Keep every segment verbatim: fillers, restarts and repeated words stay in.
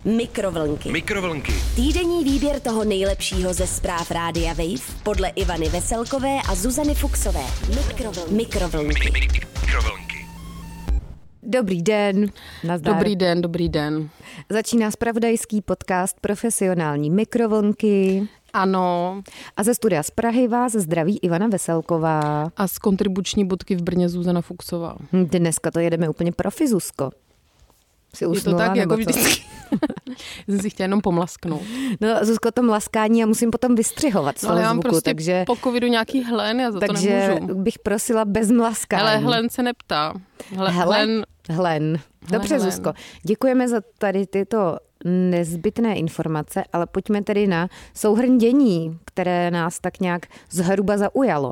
Mikrovlnky. Mikrovlnky. Týdenní výběr toho nejlepšího ze zpráv Rádia Wave podle Ivany Veselkové a Zuzany Fuxové. Mikrovlnky. Mikrovlnky. Mikrovlnky. Dobrý den. Nazdar. Dobrý den, dobrý den. Začíná zpravodajský podcast Profesionální mikrovlnky. Ano. A ze studia z Prahy vás zdraví Ivana Veselková. A z kontribuční budky v Brně Zuzana Fuxová. Dneska to jedeme úplně profi, Zuzko. Jsi usnula, je to tak, jako co? vždycky. Jsem si chtěla jenom pomlasknout. No, Zuzko, to mlaskání já musím potom vystřihovat z no, toho ale já mám zvuku, prostě takže... po covidu nějaký hlen, já za takže to nemůžu. bych prosila bez mlaskání. Ale hlen se neptá. Hle, Hele, hlen. hlen. Dobře, hlen. Zuzko. Děkujeme za tady tyto nezbytné informace, ale pojďme tedy na souhrn dění, které nás tak nějak zhruba zaujalo.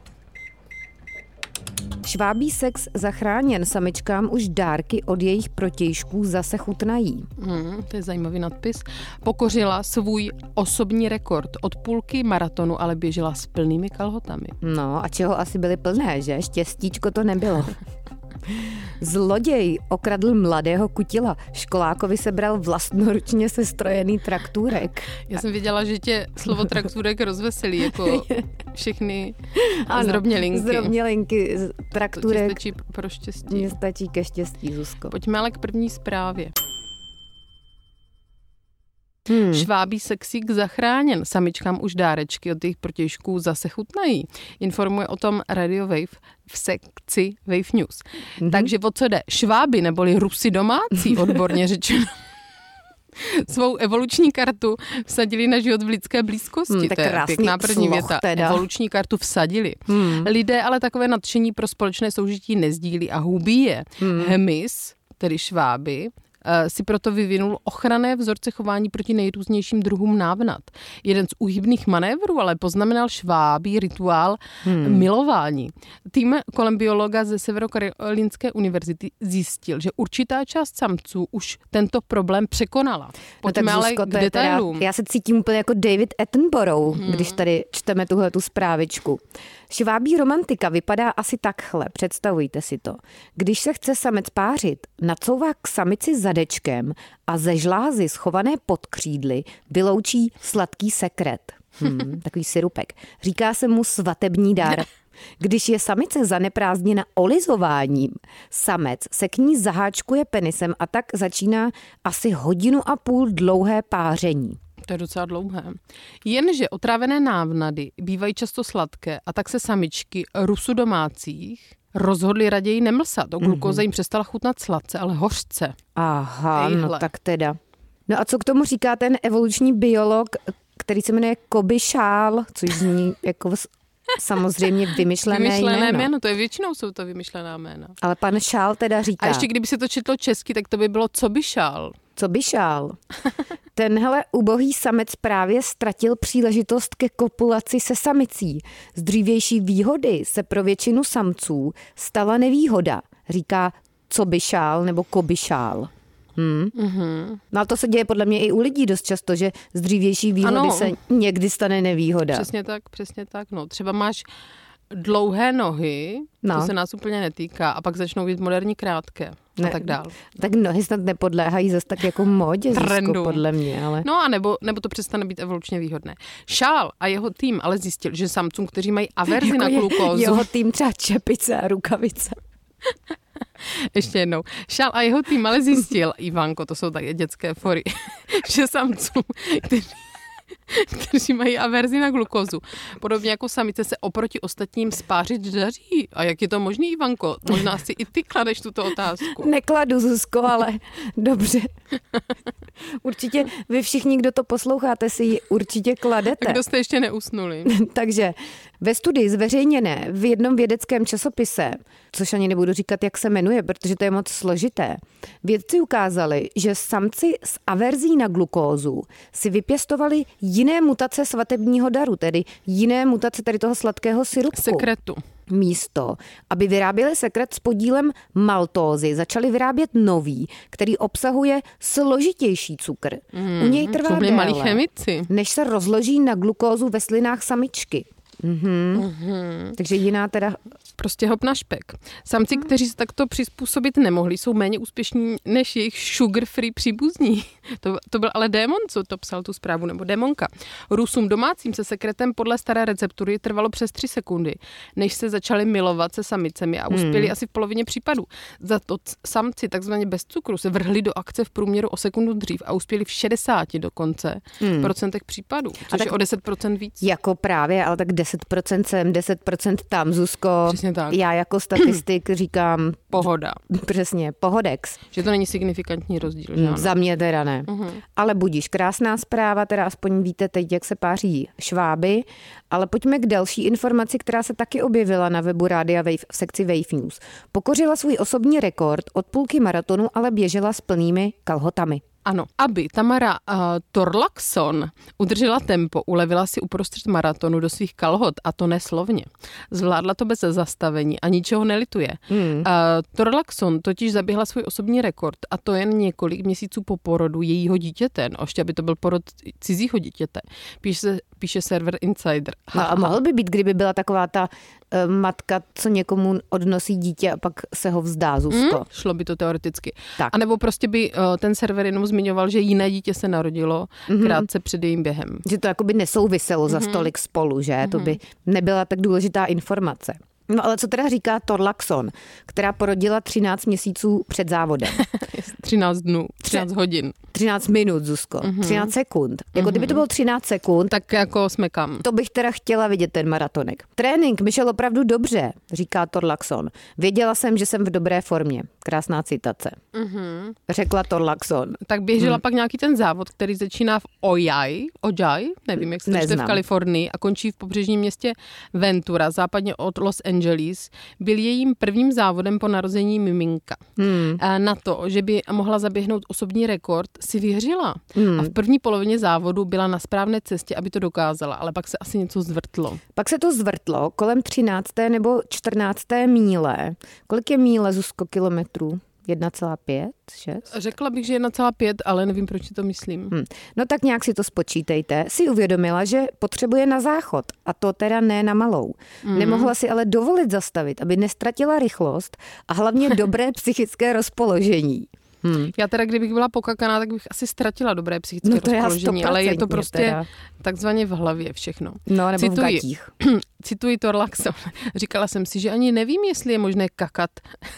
Švábí sex zachráněn, samičkám už dárky od jejich protějšků zase chutnají. Hmm, to je zajímavý nadpis. Pokořila svůj osobní rekord. Od půlky maratonu ale běžela s plnými kalhotami. No a čeho asi byly plné, že? Štěstíčko to nebylo. Zloděj okradl mladého kutila. Školákovi sebral vlastnoručně sestrojený traktůrek. Já jsem věděla, že tě slovo traktůrek rozveselí, jako všechny ano, zdrobnělinky. Zdrobnělinky, traktůrek. To ti stačí pro štěstí. Mně stačí ke štěstí, Zuzko. Pojďme ale k první zprávě. Hmm. Švábí sexík zachráněn. Samičkám už dárečky od jejich protějšků zase chutnají. Informuje o tom Radio Wave v sekci Wave News. Mm-hmm. Takže o co jde? Šváby neboli Rusy domácí, odborně řečeno, svou evoluční kartu vsadili na život v lidské blízkosti. Hmm, to je pěkná první věta. Teda. Evoluční kartu vsadili. Hmm. Lidé ale takové nadšení pro společné soužití nezdílí a hubí je. Hmm. Hmyz, tedy šváby, si proto vyvinul ochranné vzorce chování proti nejrůznějším druhům návnat. Jeden z úhybných manévrů ale poznamenal švábí rituál hmm. milování. Tým kolem biologa ze Severokarolínské univerzity zjistil, že určitá část samců už tento problém překonala. Pojďme no ale Zuzko, k detailům. Teda, já se cítím úplně jako David Attenborough, hmm. když tady čteme tuhletu zprávičku. Švábí romantika vypadá asi takhle, představujte si to. Když se chce samec pářit, nacouvá k samici zadečkem a ze žlázy schované pod křídly vyloučí sladký sekret. Hmm, takový sirupek. Říká se mu svatební dar. Když je samice zaneprázdněna olizováním, samec se k ní zaháčkuje penisem a tak začíná asi hodinu a půl dlouhé páření. To je docela dlouhé. Jenže otrávené návnady bývají často sladké a tak se samičky Rusů domácích rozhodli raději nemlsat. O glukoze jim přestala chutnat sladce, ale hořce. Aha, Ejhle. no tak teda. No a co k tomu říká ten evoluční biolog, který se jmenuje Koby Šál, což zní jako samozřejmě vymyšlené, vymyšlené jméno. jméno. To je většinou jsou to vymyšlená jména. Ale pan Šál teda říká. A ještě kdyby se to četlo česky, tak to by bylo co by šál. Co by šál? Tenhle ubohý samec právě ztratil příležitost ke kopulaci se samicí. Z dřívější výhody se pro většinu samců stala nevýhoda, říká co by šál nebo koby šál. Hmm. Mm-hmm. No a to se děje podle mě i u lidí dost často, že z dřívější výhody ano. se někdy stane nevýhoda. Přesně tak, přesně tak. No, třeba máš dlouhé nohy, no. To se nás úplně netýká, a pak začnou být moderní krátké a ne, tak dál. Tak nohy snad nepodléhají zase tak jako módě, Zuzko, podle mě. Ale... No a nebo, nebo to přestane být evolučně výhodné. Šál a jeho tým ale zjistil, že samcům, kteří mají averzi jako na glukózu... Jeho tým třeba čepice a rukavice. Ještě jednou. Šál a jeho tým ale zjistil, Ivanko, to jsou také dětské fory, že samcům, kteří, kteří mají averzi na glukózu, podobně jako samice, se oproti ostatním spářit daří. A jak je to možný, Ivanko? Možná si i ty kladeš tuto otázku. Nekladu, Zuzko, ale dobře. Určitě vy všichni, kdo to posloucháte, si ji určitě kladete. Kdo jste ještě neusnuli. Takže ve studii zveřejněné v jednom vědeckém časopise, což ani nebudu říkat, jak se jmenuje, protože to je moc složité, vědci ukázali, že samci s averzí na glukózu si vypěstovali jiné mutace svatebního daru, tedy jiné mutace tady toho sladkého sirupku. Sekretu. Místo, aby vyráběli sekret s podílem maltózy, začali vyrábět nový, který obsahuje složitější cukr. Mm, U něj trvá déle, malí chemici. než se rozloží na glukózu ve slinách samičky. Mm-hmm. Mm-hmm. Takže jiná teda... Prostě hop na špek. Samci, mm. kteří se takto přizpůsobit nemohli, jsou méně úspěšní než jejich sugar-free příbuzní. To, to byl ale démon, co to psal tu zprávu, nebo démonka. Rusům domácím se sekretem podle staré receptury trvalo přes tři sekundy, než se začali milovat se samicemi a uspěli mm. asi v polovině případů. Za to samci, takzvaně bez cukru, se vrhli do akce v průměru o sekundu dřív a uspěli v šedesáti dokonce mm. procentech případů, což tak, je o deset procent víc. Jako právě, ale tak deset procent sem, deset procent tam, Zuzko. Přesně tak. Já jako statistik říkám... Pohoda. Přesně, pohodex. Že to není signifikantní rozdíl, že ano? Za mě teda ne. Uh-huh. Ale budíš, krásná zpráva, teda aspoň víte teď, jak se páří šváby, ale pojďme k další informaci, která se taky objevila na webu Rádia Wave v sekci Wave News. Pokořila svůj osobní rekord od půlky maratonu, ale běžela s plnými kalhotami. Ano, aby Tamara uh, Torlakson udržela tempo, ulevila si uprostřed maratonu do svých kalhot, a to neslovně. Zvládla to bez zastavení a ničeho nelituje. Hmm. Uh, Torlakson totiž zaběhla svůj osobní rekord, a to jen několik měsíců po porodu jejího dítěte. No, ještě aby to byl porod cizího dítěte. Píše, píše server Insider. No a mohl by být, kdyby byla taková ta uh, matka, co někomu odnosí dítě a pak se ho vzdá, Zuzko. Hmm? Šlo by to teoreticky. Tak. A nebo prostě by uh, ten server jenom zmiňoval, že jiné dítě se narodilo mm-hmm. krátce před jejím během. Že to jakoby nesouviselo mm-hmm. za stolik spolu, že? Mm-hmm. To by nebyla tak důležitá informace. No ale co teda říká Torlakson, která porodila třináct měsíců před závodem? třináct dnů, třináct hodin. třináct minut, Zuzko. Mm-hmm. třináct sekund. Jako mm-hmm. kdyby to bylo třináct sekund. Tak jako smekám. To bych teda chtěla vidět ten maratonek. Trénink mi šel opravdu dobře, říká Torlakson. Věděla jsem, že jsem v dobré formě. Krásná citace. Mm-hmm. Řekla Torlakson. Tak běžela hmm. pak nějaký ten závod, který začíná v Ojai, Ojai, nevím, jak se to čte, v Kalifornii a končí v pobřežním městě Ventura, západně od Los Angeles. Byl jejím prvním závodem po narození miminka. Hmm. Na to, že by mohla zaběhnout osobní rekord, si věřila. Hmm. A v první polovině závodu byla na správné cestě, aby to dokázala, ale pak se asi něco zvrtlo. Pak se to zvrtlo kolem třinácté nebo čtrnácté míle. Kolik je míle, Zuzko, kilometrů? jedna celá pět, šest? Řekla bych, že jedna celá pět, ale nevím, proč si to myslím. Hmm. No tak nějak si to spočítejte. Si uvědomila, že potřebuje na záchod, a to teda ne na malou. Hmm. Nemohla si ale dovolit zastavit, aby nestratila rychlost a hlavně dobré psychické rozpoložení. Hmm. Já teda, kdybych byla pokakaná, tak bych asi ztratila dobré psychické no rozpoložení, ale je to prostě teda takzvaně v hlavě všechno. No, nebo cituji, v gatích. Cituji Torlakson. Říkala jsem si, že ani nevím, jestli je možné kakat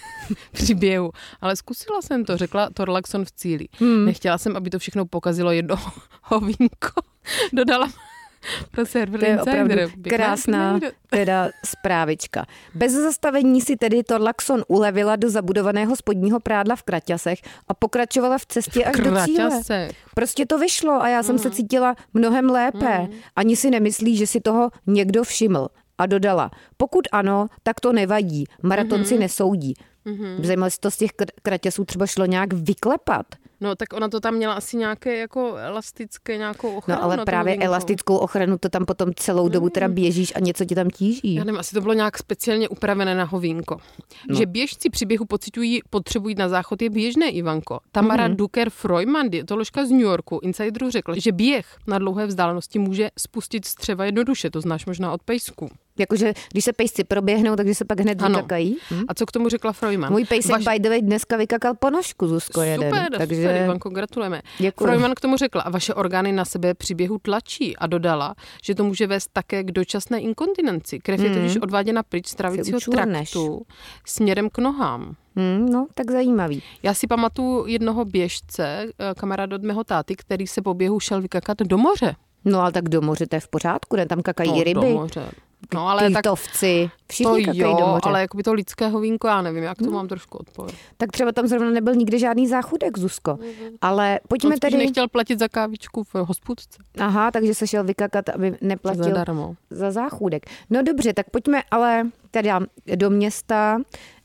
při běhu, ale zkusila jsem to, řekla Torlakson v cíli. Hmm. Nechtěla jsem, aby to všechno pokazilo jedno hovínko. Dodala pro server to je Insider. Opravdu krásná teda zprávička. Bez zastavení si tedy Torlakson ulevila do zabudovaného spodního prádla v Kraťasech a pokračovala v cestě až do cíle. Prostě to vyšlo a já jsem mm. se cítila mnohem lépe. Mm. Ani si nemyslí, že si toho někdo všiml. A dodala, pokud ano, tak to nevadí. Maratonci mm-hmm. nesoudí. Mm-hmm. Zajímalo si to z těch Kraťasů třeba šlo nějak vyklepat. No tak ona to tam měla asi nějaké jako elastické nějakou ochranu. No ale právě elastickou ochranu to tam potom celou dobu teda běžíš a něco tě tam tíží. Já nevím, asi to bylo nějak speciálně upravené na hovínko. No. Že běžci při běhu pocitují potřebu jít na záchod je běžné, Ivanko. Tamara mm-hmm. Duker-Freumann, dietoložka z New Yorku, Insideru řekla, že běh na dlouhé vzdálenosti může spustit střeva jednoduše, to znáš možná od pejsků. Jakože, když se pejsci proběhnou, takže se pak hned ano. vykakají. Hm? A co k tomu řekla Freumann? Můj pejsek Vaš... by the way dneska vykakal ponožku, Zuzko, jeden. Super, takže... super, Ivanko, gratulujeme. Děkuji. Freumann k tomu řekla, a vaše orgány na sebe při běhu tlačí a dodala, že to může vést také k dočasné inkontinenci. Krev je mm. totiž odváděna pryč z travicího traktu směrem k nohám. Hmm, no, tak zajímavý. Já si pamatuju jednoho běžce, kamarád od mého táty, který se po běhu šel vykakat do moře. No, ale tak do moře to je v pořádku, ne? Tam kakají no, ryby. Do moře. No, ale Kýtovci, všichni to kakají jo, do moře. Ale jakoby to lidské hovínko, já nevím, jak to no. mám trošku odpovědět. Tak třeba tam zrovna nebyl nikde žádný záchudek, Zuzko. Mm-hmm. Ale pojďme On tedy... nechtěl platit za kávičku v hospůdce. Aha, takže se šel vykakat, aby neplatil Zadarmo. za záchůdek. No dobře, tak pojďme ale teda do města,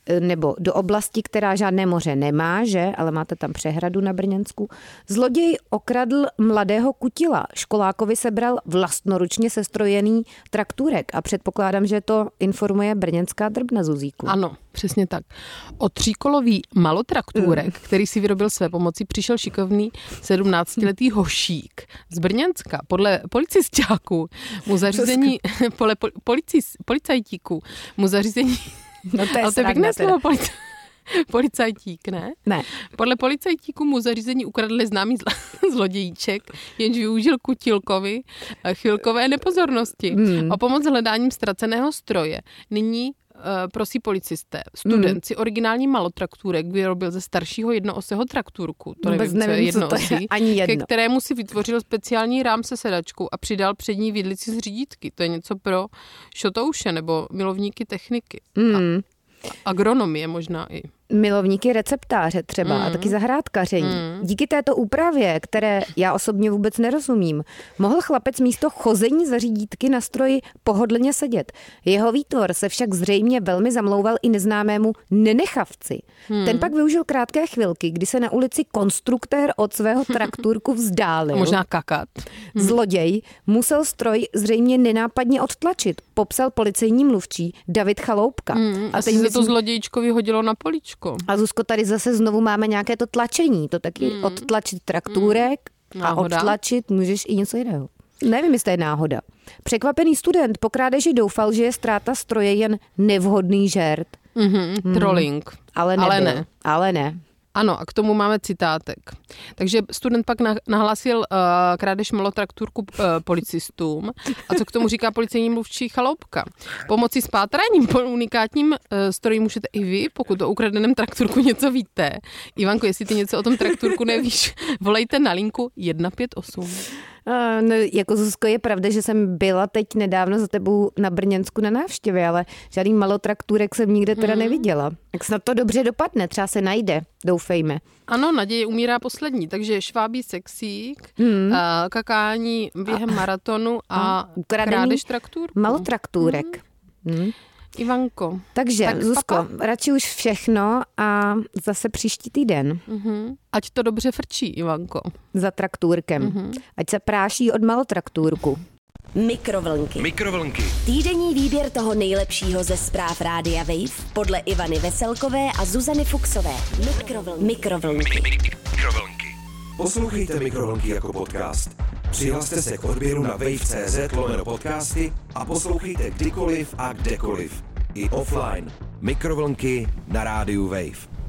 nebo do oblasti, která žádné moře nemá, že, ale máte tam přehradu na Brněnsku. Zloděj okradl mladého kutila. Školákovi sebral vlastnoručně sestrojený traktůrek a předpokládám, že to informuje brněnská Drbna, Zuzíku. Ano, přesně tak. O tříkolový malotraktůrek, mm. který si vyrobil své pomocí, přišel šikovný sedmnáctiletý hošík z Brněnska. Podle policistáků mu zařízení, podle policis, policajtíků mu zařízení, no to je, ale to je pěkné slovo, polic, policajtík, ne? Ne. Podle policajtíků mu zařízení ukradli známý zlodějíček, jenž využil kutilkovi chvilkové nepozornosti. Hmm. O pomoc hledáním ztraceného stroje. Nyní uh, prosí policisté. Student hmm. si originální malotraktůrek vyrobil ze staršího jednoosého traktůrku. To nevím, nevím, co je jednoosí, co to je, ani jedno. Ke kterému si vytvořil speciální rám se sedačkou a přidal přední vidlici z řídítky. To je něco pro šotouše nebo milovníky techniky. Hmm. A agronomie možná i. Milovníky receptáře třeba mm. a taky zahrádkaření. Mm. Díky této úpravě, které já osobně vůbec nerozumím, mohl chlapec místo chození za řídítky na stroji pohodlně sedět. Jeho výtvor se však zřejmě velmi zamlouval i neznámému nenechavci. Mm. Ten pak využil krátké chvilky, kdy se na ulici konstruktér od svého traktůrku vzdálil. Možná kakat. Mm. Zloděj musel stroj zřejmě nenápadně odtlačit, popsal policejní mluvčí David Chaloupka. Mm. A teď se myslím... to zlodějčkovi hodilo na poličko. A Zuzko, tady zase znovu máme nějaké to tlačení, to taky mm. odtlačit traktůrek mm. a odtlačit můžeš i něco jiného. Nevím, jestli je náhoda. Překvapený student po krádeži doufal, že je ztráta stroje jen nevhodný žert. Mm-hmm, mm. Trolling. Ale, Ale ne. Ale ne. Ano, a k tomu máme citátek. Takže student pak nahlásil uh, krádež malotraktůrku uh, policistům. A co k tomu říká policejní mluvčí Chaloupka? Pomocí s pátráním po unikátním uh, stroji můžete i vy, pokud o ukradeném traktůrku něco víte. Ivanko, jestli ty něco o tom traktůrku nevíš, volejte na linku jedna pět osm. Uh, no, jako Zuzko, je pravda, že jsem byla teď nedávno za tebou na Brněnsku na návštěvě, ale žádný malotraktůrek jsem nikde teda hmm. neviděla. Tak snad to dobře dopadne, třeba se najde, doufejme. Ano, naděje umírá poslední, takže švábí sexík, hmm. uh, kakání během a, maratonu a, a krádež traktůrku. Malotraktůrek. Hmm. Hmm. Ivanko. Takže, tak Zuzko, papa? radši už všechno a zase příští týden. Uh-huh. Ať to dobře frčí, Ivanko. Za traktůrkem. Uh-huh. Ať se práší od malotraktůrku. Mikrovlnky. Mikrovlnky. Týdenní výběr toho nejlepšího ze zpráv Rádia Wave podle Ivany Veselkové a Zuzany Fuksové. Mikrovlnky. Mikrovlnky. Mikrovlnky. Poslouchejte Mikrovlnky jako podcast. Přihlaste se k odběru na wave tečka cé zet lomeno podcasty a poslouchejte kdykoliv a kdekoliv. I offline. Mikrovlnky na rádiu Wave.